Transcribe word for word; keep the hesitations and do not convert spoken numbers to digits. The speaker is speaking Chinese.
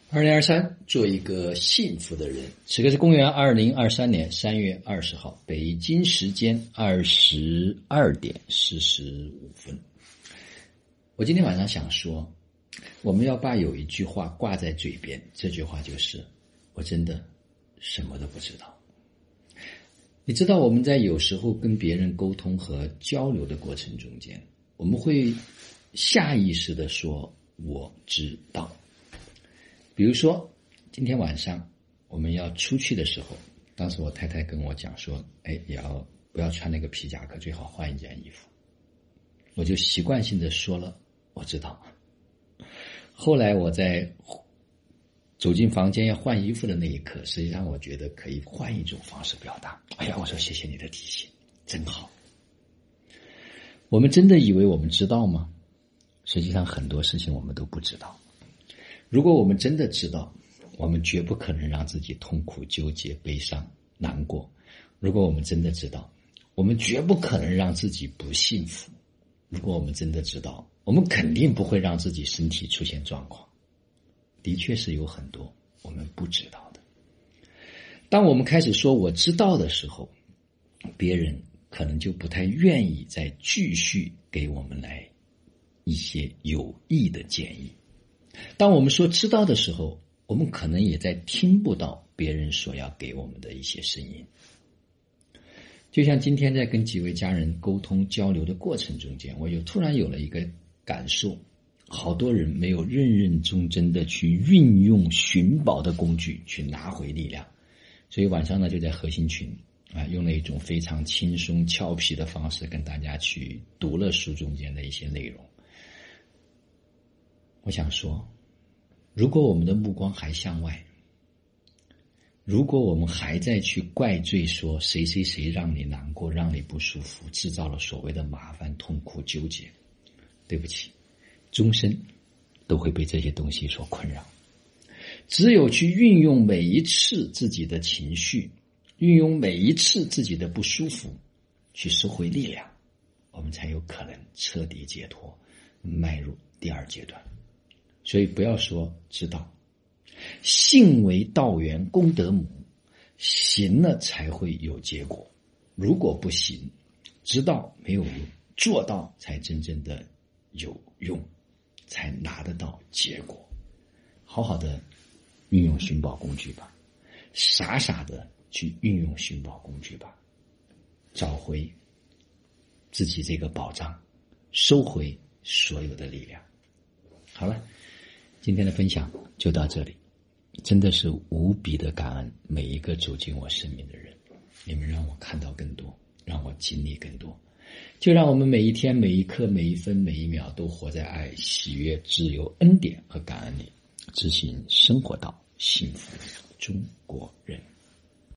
二零二三，做一个幸福的人。此刻是公元二零二三年三月二十号，北京时间二十二点四十五分。我今天晚上想说，我们要把有一句话挂在嘴边，这句话就是我真的什么都不知道。你知道我们在有时候跟别人沟通和交流的过程中间，我们会下意识地说我知道。比如说今天晚上我们要出去的时候，当时我太太跟我讲说，哎，也要不要穿那个皮夹克，最好换一件衣服。我就习惯性的说了我知道。后来我在走进房间要换衣服的那一刻，实际上我觉得可以换一种方式表达。哎呀，我说谢谢你的提醒，真好。我们真的以为我们知道吗？实际上很多事情我们都不知道。如果我们真的知道，我们绝不可能让自己痛苦、纠结、悲伤、难过。如果我们真的知道，我们绝不可能让自己不幸福。如果我们真的知道，我们肯定不会让自己身体出现状况。的确是有很多我们不知道的。当我们开始说我知道的时候，别人可能就不太愿意再继续给我们来一些有益的建议。当我们说知道的时候，我们可能也在听不到别人所要给我们的一些声音。就像今天在跟几位家人沟通交流的过程中间，我有突然有了一个感受，好多人没有认认真真的去运用寻宝的工具去拿回力量。所以晚上呢，就在核心群啊，用了一种非常轻松俏皮的方式跟大家去读了书中间的一些内容。我想说，如果我们的目光还向外，如果我们还在去怪罪说谁谁谁让你难过，让你不舒服，制造了所谓的麻烦、痛苦、纠结，对不起，终身都会被这些东西所困扰。只有去运用每一次自己的情绪，运用每一次自己的不舒服，去收回力量，我们才有可能彻底解脱，迈入第二阶段。所以不要说知道，信为道源功德母，行了才会有结果。如果不行，知道没有用，做到才真正的有用，才拿得到结果。好好的运用寻宝工具吧，傻傻的去运用寻宝工具吧，找回自己这个宝藏，收回所有的力量。好了，今天的分享就到这里，真的是无比的感恩每一个走进我生命的人，你们让我看到更多，让我经历更多。就让我们每一天、每一刻、每一分、每一秒都活在爱、喜悦、自由、恩典和感恩里，执行生活道，幸福中国人。